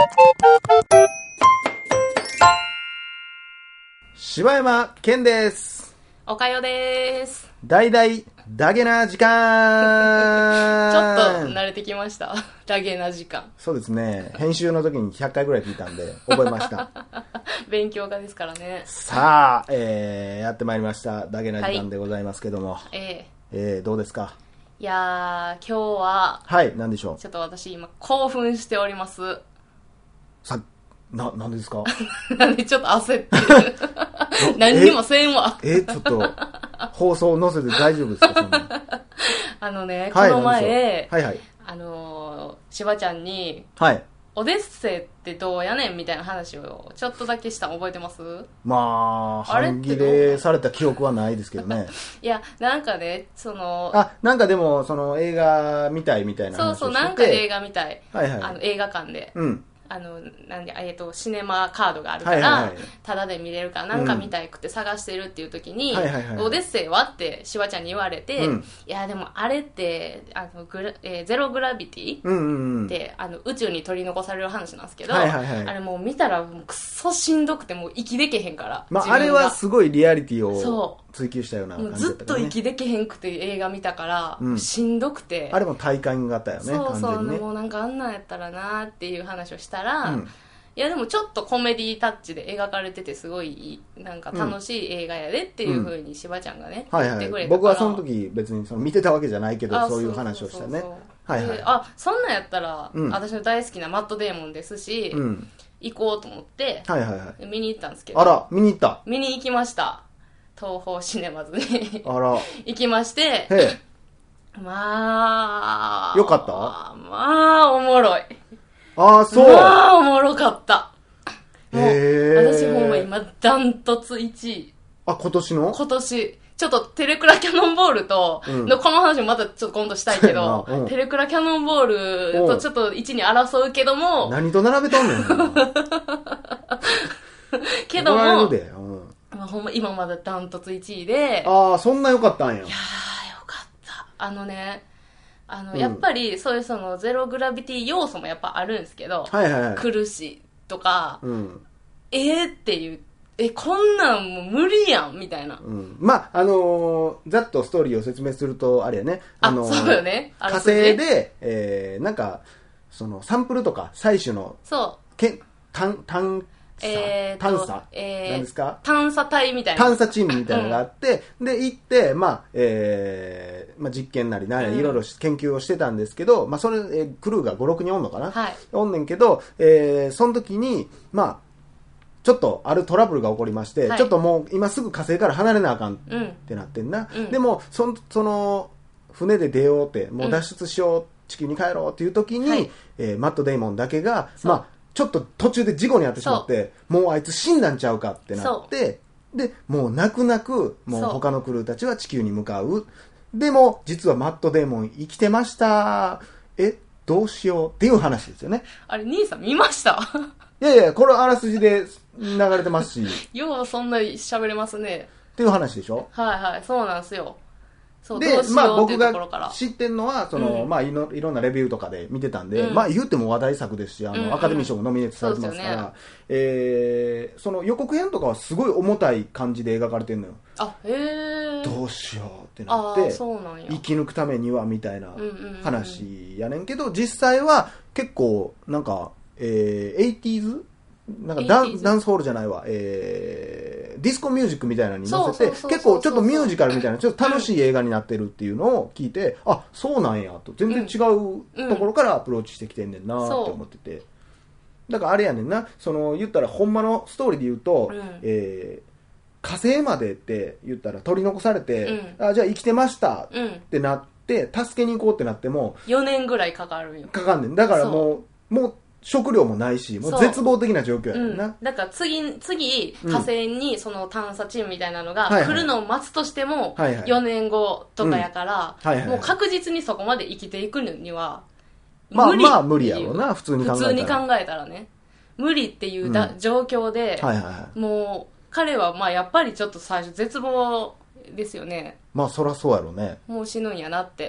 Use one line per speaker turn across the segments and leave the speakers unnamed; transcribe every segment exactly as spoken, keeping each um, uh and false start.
柴山健です。
おかよです。
大々ダゲな時間
ちょっと慣れてきました。ダゲな時間。
そうですね。編集の時にひゃっかいぐらい聞いたんで覚えました。
勉強家ですからね。
さあ、えー、やってまいりましたダゲな時間でございますけども、はい、えー、えー、どうですか？
いやー、今日は
はい何でしょう。
ちょっと私今興奮しております。
さな、なんですか？
なんでちょっと焦ってる。何にもせんわ。
え、えちょっと、放送載せて大丈夫ですか？そんな
あのね、
はい、
この前、
はいはい、
あのー、しばちゃんに、
はい、
オデッセイってどうやねんみたいな話をちょっとだけしたの覚えてます？
まあ、半切れされた記憶はないですけどね。
いや、なんかね、その、
あ、なんかでも、その映画見たいみたいな話をしてて。
そうそう、なんか映画見たい。
はいはい。
あの、映画館で。
うん。
あの、なんで、えっと、シネマカードがあるから、はいはいはい、タダで見れるから、なんか見たいくて探してるっていう時に、うんはいはいはい、オデッセイはってしばちゃんに言われて、うん、いや、でもあれって、あのグラえー、ゼログラビティ、うんうんうん、であの宇宙に取り残される話なんですけど、はいはいはい、あれもう見たらもうくっそしんどくてもう息できへんから。
まあ、あれはすごいリアリティを追求したような感じだった、ね、
もうずっと息できへんくて映画見たから、うん、しんどくて。
あれも体感型よね。
そうそう、
完全にね、
もうなんかあんなんやったらなっていう話をしたら、うん、いやでもちょっとコメディタッチで描かれててすごいなんか楽しい映画やでっていう風にしばちゃんがね、うん、言ってくれたから、はいはい、
僕はその時別にその見てたわけじゃないけどそういう話をしたね。はいはい、
あ、そんなんやったら、うん、私の大好きなマット・デーモンですし、うん、行こうと思って、はいはいはい、見に行ったんですけど。
あら、見に行った？見
に行きました。東宝シネマズに
あら
行きまして、
へ
まあ
よかった？
まあおもろい。
ああ、そう。
まあおもろかった。もう私ほんま今ダントツいちい。
あ、今年の？
今年ちょっとテレクラキャノンボールと、うん、のこの話もまたちょっと今度したいけど、うん、テレクラキャノンボールとちょっといちに争うけども、
何と並べとんねん
けども、
うん
まあ、ほんま今まだダントツいちいで。
ああ、そんな良かったんや。いやーよ
かった。あのね、あの、うん、やっぱりそういうそのゼログラビティ要素もやっぱあるんですけど、
はいはいはい、
苦しいとか、
うん、
えーっていう、え、こんなんもう無理やんみたいな。
うん、まあ、あのー、ざっとストーリーを説明すると、あれやね。
あのー、そうよね。
火星で、えー、なんか、その、サンプルとか採取の、
そう。
け探、探、
えー、
探査、
えー、
何ですか？
探査隊みたいな。
探査チームみたいなのがあって、うん、で、行って、まあ、えー、まあ、実験なりなり、いろいろ研究をしてたんですけど、まあ、それ、えー、クルーがご、ろくにんおんのかな？
はい。
おんねんけど、えー、その時に、まあ、ちょっとあるトラブルが起こりまして、はい、ちょっともう今すぐ火星から離れなあかんってなってんな。うん、でも、その、その、船で出ようって、もう脱出しよう、うん、地球に帰ろうっていう時に、はい、えー、マット・デイモンだけが、まあ、ちょっと途中で事故に遭ってしまって、もうあいつ死んだんちゃうかってなって、で、もう泣く泣く、もう他のクルーたちは地球に向かう。でも、実はマット・デイモン生きてました。え、どうしようっていう話ですよね。
あれ、兄さん見ました？
いやいや、これあらすじで流れてますし。
ようそんな喋れますね。
っていう話でしょ？
はいはい、そうなんですよ。そう
で、まあ僕が知ってんのは、その、うん、まあいろいろんなレビューとかで見てたんで、うん、まあ言うても話題作ですし、あの、うんうん、アカデミー賞もノミネートされてますから、ね、えー、その予告編とかはすごい重たい感じで描かれてるのよ。
あ、へー。
どうしようってなって、
そうなんや。
生き抜くためにはみたいな話やねんけど、実際は結構、なんか、えー、エイティーズなんかダン、ダンスホールじゃないわ、えー、ディスコミュージックみたいなのに乗せて、結構ちょっとミュージカルみたいな、ちょっと楽しい映画になってるっていうのを聞いて、うん、あ、そうなんやと、全然違うところからアプローチしてきてんねんなって思ってて。だからあれやねんな、その、言ったらほんまのストーリーで言うと、うん、えー、火星までって言ったら取り残されて、うん、あ、じゃあ生きてましたってなって、助けに行こうってなっても、
よねんぐらいかかるよ。
かかんねん。だからもう、もう、食料もないし、もう絶望的な状況やねんな。うん、
だから次、次、火星にその探査チームみたいなのが来るのを待つとしても、よねんごとかやから、もう確実にそこまで生きていくには、
無理。まあまあ無理やろうな、普通に考えたら。
普通に考えたらね。無理っていうだ、うん、状況で、はいはいはい、もう、彼はまあやっぱりちょっと最初絶望ですよね。
まあそらそうやろうね。
もう死ぬんやなって。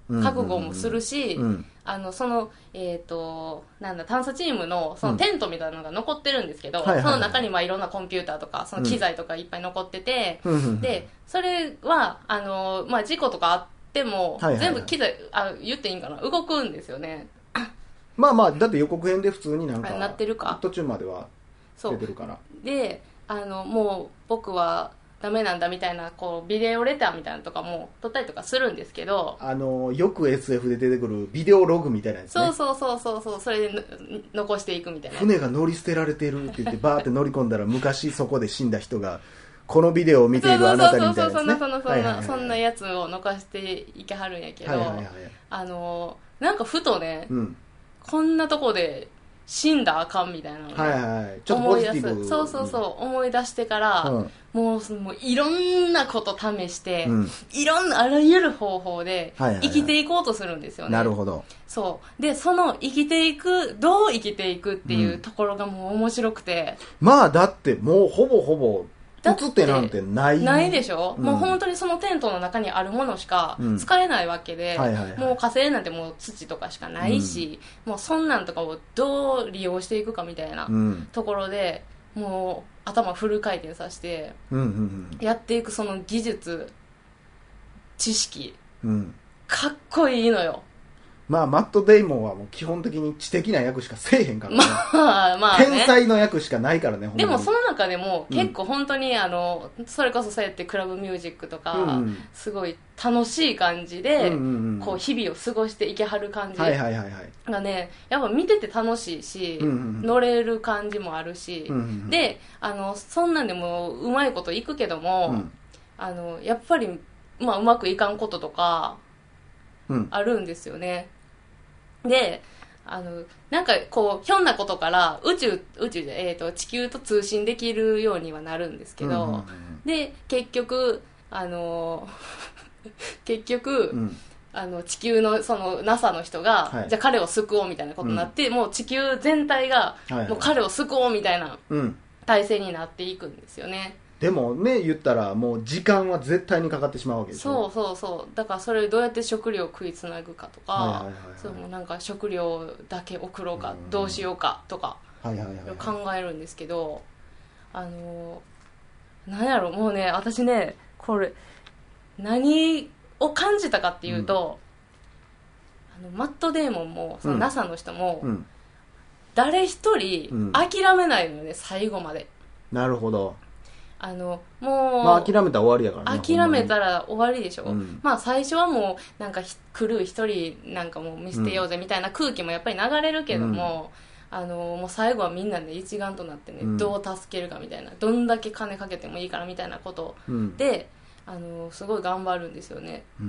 覚悟もするし、うんうんうん、あのその、えーと、なんだ探査チームのそのテントみたいなのが残ってるんですけど、うん、その中にまあいろんなコンピューターとかその機材とかいっぱい残ってて、うん、でそれはあの、まあ、事故とかあっても、はいはいはい、全部機材あ言っていいんかな動くんですよね。
まあまあだって予告編で普通になんか
なってるか
途中までは出てるから。
であのもう僕はダメなんだみたいなこうビデオレターみたいなのとかも撮ったりとかするんですけど、
あのよく エスエフ で出てくるビデオログみたいなやつね。
そうそうそうそうそう、それで残していくみたいな。
船が乗り捨てられてるって言ってバーって乗り込んだら昔そこで死んだ人がこのビデオを見ているあなたにみたいなやつね。そうそうそうそう、そんなそんな、はいはいはい、そんなやつを残していけはるんやけど、はいはいはい、あのなんかふとね、うん、こんなとこで死んだらあかんみたいなのを、ね、はいはい、ちょっとポジティブ、思い出す。そうそうそう、思い出してから、うん、もう、もういろんなこと試して、うん、いろんなあらゆる方法で生きていこうとするんですよね。 はいはいはい、なるほど。
そうでその生きていくどう生きていくっていうところがもう面白くて、
うん、まあだってもうほぼほぼ映ってなんてない
ないでしょ、うん、もう本当にそのテントの中にあるものしか使えないわけで、うんはいはいはい、もう火星なんてもう土とかしかないし、うん、もうそんなんとかをどう利用していくかみたいなところで、うん、もう頭フル回転させてやっていくその技術知識、うん、かっこいいのよ。
まあマット・デイモンはもう基本的に知的な役しかせえへんからね。
まあまあ、ね、
天才の役しかないからね。
でもその中でも結構本当に、うん、あのそれこそそうやってクラブミュージックとか、うん、すごい楽しい感じで、うんうんうん、こう日々を過ごしていけはる感じがね、はいはいはいはい、やっぱ見てて楽しいし、うんうん、乗れる感じもあるし、うんうん、であのそんなんでもうまいこといくけども、うん、あのやっぱり、まあ、うまくいかんこととかあるんですよね。であのなんかこうひょんなことから宇宙宇宙で、えーと、地球と通信できるようにはなるんですけど、うんうんうん、で結局あの結局、うん、あの地球のその ナサ の人が、はい、じゃあ彼を救おうみたいなことになって、うん、もう地球全体が、はいはい、もう彼を救おうみたいな体制になっていくんですよね。
でもね言ったらもう時間は絶対にかかってしまうわけでしょ。
そうそうそう、だからそれどうやって食料を食いつなぐかとか、はいはいはいはい、そうもうなんか食料だけ送ろうか、うん、どうしようかとか、はいはいはいはい、考えるんですけど、あのなんやろもうね私ねこれ何を感じたかっていうと、うん、あのマット・デーモンもその ナサ の人も、うん、誰一人諦めないのよね、うん、最後まで。
なるほど。
あのもう、
まあ、諦めたら終わりやからね。
諦めたら終わりでしょ、うん、まあ最初はもうなんかクルー一人なんかもう見捨てようぜみたいな空気もやっぱり流れるけども、うん、あのもう最後はみんなで一丸となってね、うん、どう助けるかみたいな、どんだけ金かけてもいいからみたいなことで、うん、あのすごい頑張るんですよね、うん、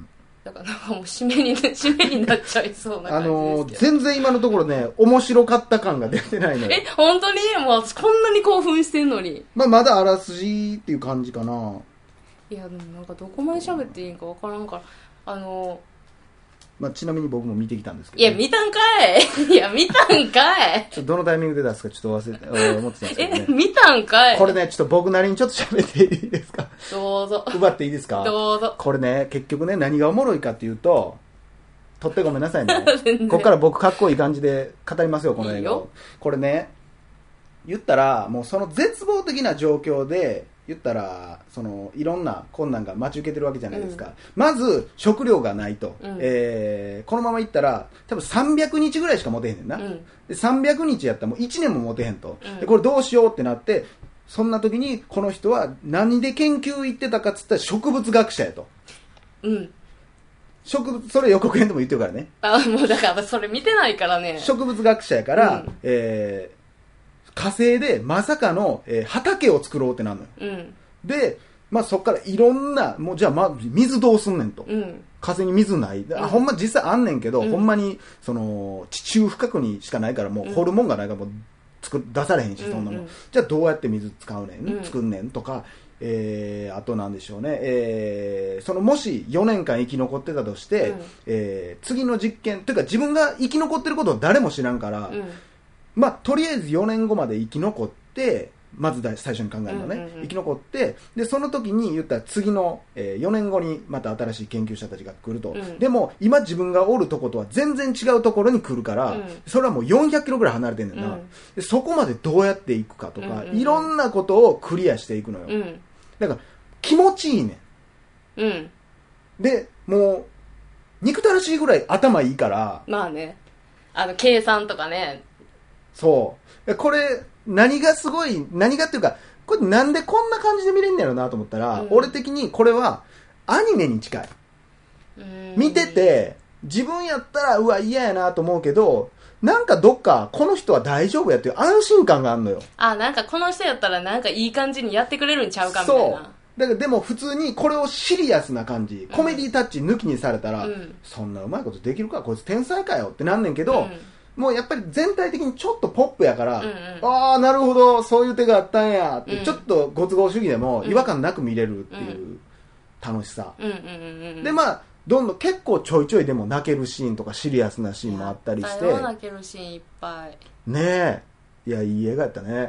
だからなんかもう締めに締めになっちゃいそうな感じですけど、あのー、
全然今のところね面白かった感が出てないのよ。
え本当にもうこんなに興奮してんのに、
まあ、まだあらすじっていう感じかな。
いやでもなんかどこまで喋っていいんか分からんから、あのー
まあ、ちなみに僕も見てきたんですけど、ね、
いや見たんかいいや見たんかい
ちょっとどのタイミングで出すかちょっと忘れて思ってたんですけど、ね、
え見たんかい。
これねちょっと僕なりにちょっと喋っていいですか。
どうぞ
奪っていいですか。
どうぞ。
これね結局ね何がおもろいかっていうと、取ってごめんなさいねこっから僕かっこいい感じで語りますよこの映画を。いいよ。これね言ったらもうその絶望的な状況で言ったらそのいろんな困難が待ち受けてるわけじゃないですか、うん、まず食料がないと、うんえー、このままいったら多分さんびゃくにちぐらいしか持てへんねんな、うん、でさんびゃくにちやったらもういちねんも持てへんと、うん、でこれどうしようってなって、そんな時にこの人は何で研究行ってたかっつったら植物学者やと、うん、植物それ予告編でも言ってるからね。
あもうだからそれ見てないからね。
植物学者やから、うんえー火星でまさかの、えー、畑を作ろうってなるのよ、うん、で、まあ、そっからいろんなもうじゃあ、ま、水どうすんねんと、うん、火星に水ない、うん、あほんま実際あんねんけど、うん、ほんまにその地中深くにしかないからもう掘るもんがないからもう作出されへんし、そんなもん、うん、じゃあどうやって水使うねん、うん、作んねんとか、えー、あとなんでしょうね、えー、そのもしよねんかん生き残ってたとして、うんえー、次の実験というか自分が生き残ってることを誰も知らんから、うんまあ、とりあえずよねんごまで生き残ってまず最初に考えるのね、
うんうんうん、
生き残って、でその時に言ったら次の、えー、よねんごにまた新しい研究者たちが来ると、うん、でも今自分がおるとことは全然違うところに来るから、うん、それはもうよんひゃくキロぐらい離れてんねんな、うん、でそこまでどうやっていくかとか、うんうんうん、いろんなことをクリアしていくのよ、うん、だから気持ちいいねん、うん、でもう憎たらしいぐらい頭いいから、
まあね、あの計算とかね、
そうこれ何がすごい、何がっていうか、これなんでこんな感じで見れんねやろなと思ったら、うん、俺的にこれはアニメに近い。見てて、自分やったらうわ嫌やなと思うけど、なんかどっかこの人は大丈夫やっていう安心感があるのよ。
あ、なんかこの人やったらなんかいい感じにやってくれるんちゃうかみたいな。そう。
だからでも普通にこれをシリアスな感じ、コメディタッチ抜きにされたら、うん、そんなうまいことできるか、こいつ天才かよってなんねんけど、うんもうやっぱり全体的にちょっとポップやから、うんうん、ああなるほどそういう手があったんやって、うん、ちょっとご都合主義でも違和感なく見れるっていう楽しさ、うんうんうんうん、でまあどんどん結構ちょいちょいでも泣けるシーンとかシリアスなシーンもあったりして
泣けるシーンいっぱい
ねえ、いやいい映画やったね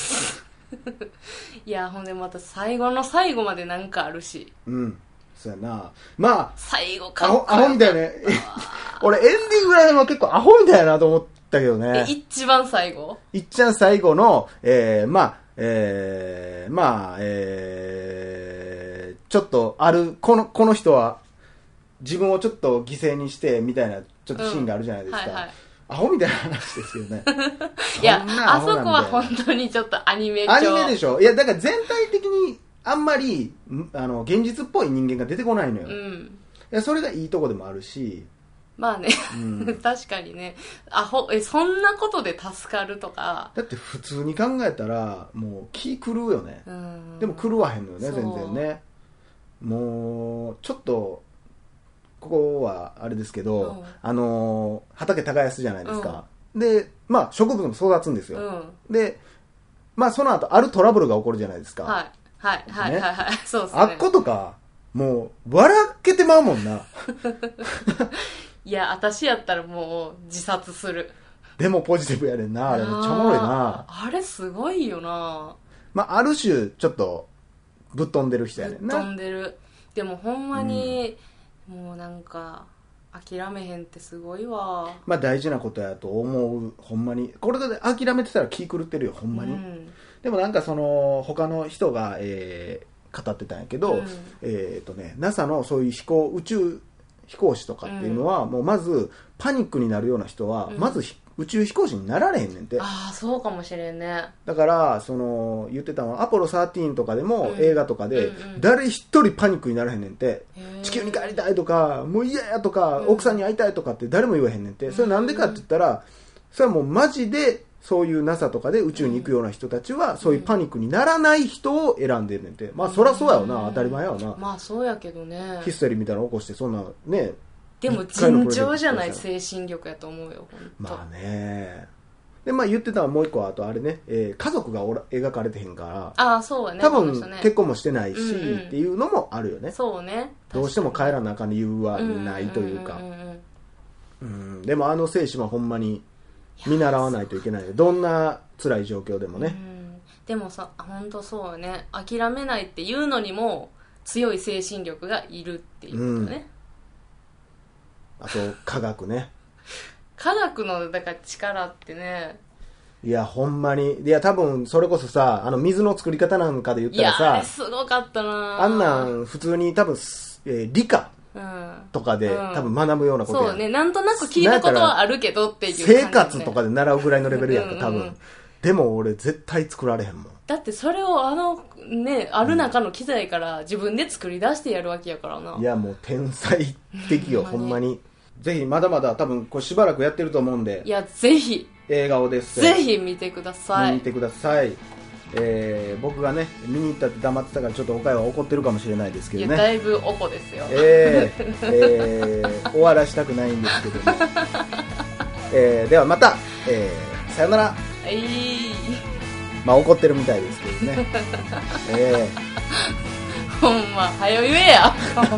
いやほんでまた最後の最後までなんかあるし、
うんそうやな、まあ
最後か
アホ、アホみたいね俺エンディングらへんは結構アホみたいなと思ったけどね。
え一番最後
一番最後の、えー、まあえー、まあえー、ちょっとあるこのこの人は自分をちょっと犠牲にしてみたいなちょっとシーンがあるじゃないですか、うんはいはい、アホみたいな話ですよね
いやあそこは本当にちょっとアニメ調
アニメでしょ。いやだから全体的にあんまりあの現実っぽい人間が出てこないのよ、うん、いやそれがいいとこでもあるし
まあね、うん、確かにねアホえそんなことで助かるとか
だって普通に考えたらもう気狂うよね、うん、でも狂わへんのよね全然ね。もうちょっとここはあれですけど、うん、あの畑耕すじゃないですか、うん、でまあ植物も育つんですよ、うん、でまあその後あるトラブルが起こるじゃないですか、
はいはいはいはいはい、そうですね。
あっことかもう笑けてまうもんな。
いや私やったらもう自殺する。
でもポジティブやねんなあれめっちゃおもろいな。
あれすごいよな。
まあある種ちょっとぶっ飛んでる人やねんな。
ぶっ飛んでる。でもほんまに、うん、もうなんか諦めへんってすごいわ。
まあ大事なことやと思うほんまに。これで諦めてたら気狂ってるよほんまに。うんでもなんかその他の人が、えー、語ってたんやけど、うんえーとね、ナサ のそういう飛行宇宙飛行士とかっていうのは、うん、もうまずパニックになるような人は、うん、まず宇宙飛行士になられへんねんて。
ああそうかもしれんね。
だからその言ってたのはアポロじゅうさんとかでも、うん、映画とかで、うんうん、誰一人パニックにならへんねんて。地球に帰りたいとかもう嫌やとか、うん、奥さんに会いたいとかって誰も言わへんねんて。それなんでかって言ったらそれはもうマジでそういう ナサ とかで宇宙に行くような人たちは、うん、そういうパニックにならない人を選んでるねんて。まあそりゃそうやよな、うん、当たり前やわな。
まあそうやけどね。
ヒステリーみたいなの起こしてそんなね。
でも尋常じゃない精神力やと思うよ本当。
まあね。でまあ言ってたのはもう一個はあとあれね、えー、家族がおら描かれてへんから。
ああそうやね。
多分結婚もしてないし、うんうん、っていうのもあるよね。
そうね。
どうしても帰らなあかん理由はないというか。でもあの精神はほんまに見習わないといけない。どんな辛い状況でもね。
うんでもさ本当そうよね。諦めないっていうのにも強い精神力がいるっていうことね、
うん、あと科学ね。
科学のだから力ってね。
いやほんまにいや多分それこそさあの水の作り方なんかで言ったらさ、いやあれ
すごかったな。
あんなん普通に多分、えー、理科とかで、うん、多分学ぶようなことや、
そうね。なんとなく聞いたことはあるけどっていう感じ、ね、
生活とかで習うぐらいのレベルやった多分、うんうん、でも俺絶対作られへんもん。
だってそれをあのねある中の機材から自分で作り出してやるわけやからな、
うん、いやもう天才的よほんまに。ぜひまだまだ多分これしばらくやってると思うんで、
いやぜひ
映画をです
ぜひ見てください。
見に行ってください。えー、僕がね見に行ったって黙ってたからちょっと岡山は怒ってるかもしれないですけどね。
いやだいぶおこですよ。
えーえー、終わらしたくないんですけども、えー、ではまた、えー、さよなら。
はい
まあ怒ってるみたいですけどね。え
ー、ほんま早言えや。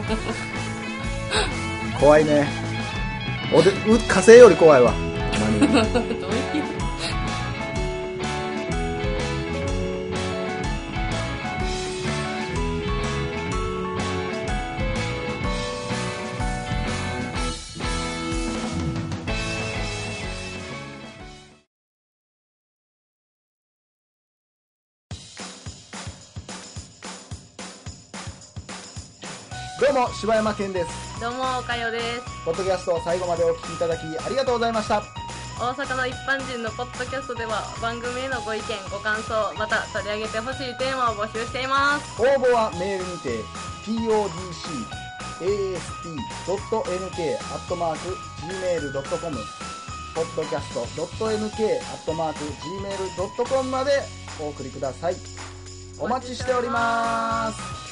怖いね。おで火星より怖いわ。どういうどうも柴山健です。
どうも岡代です。
ポッドキャストを最後までお聞きいただきありがとうございました。
大阪の一般人のポッドキャストでは番組へのご意見ご感想また取り上げてほしいテーマを募集しています。
応募はメールにて ポッドキャスト ドット エヌケー アットマーク ジーメール ドットコム ポッドキャスト ドット エヌケー アットマーク ジーメール ドットコム までお送りください。お待ちしております。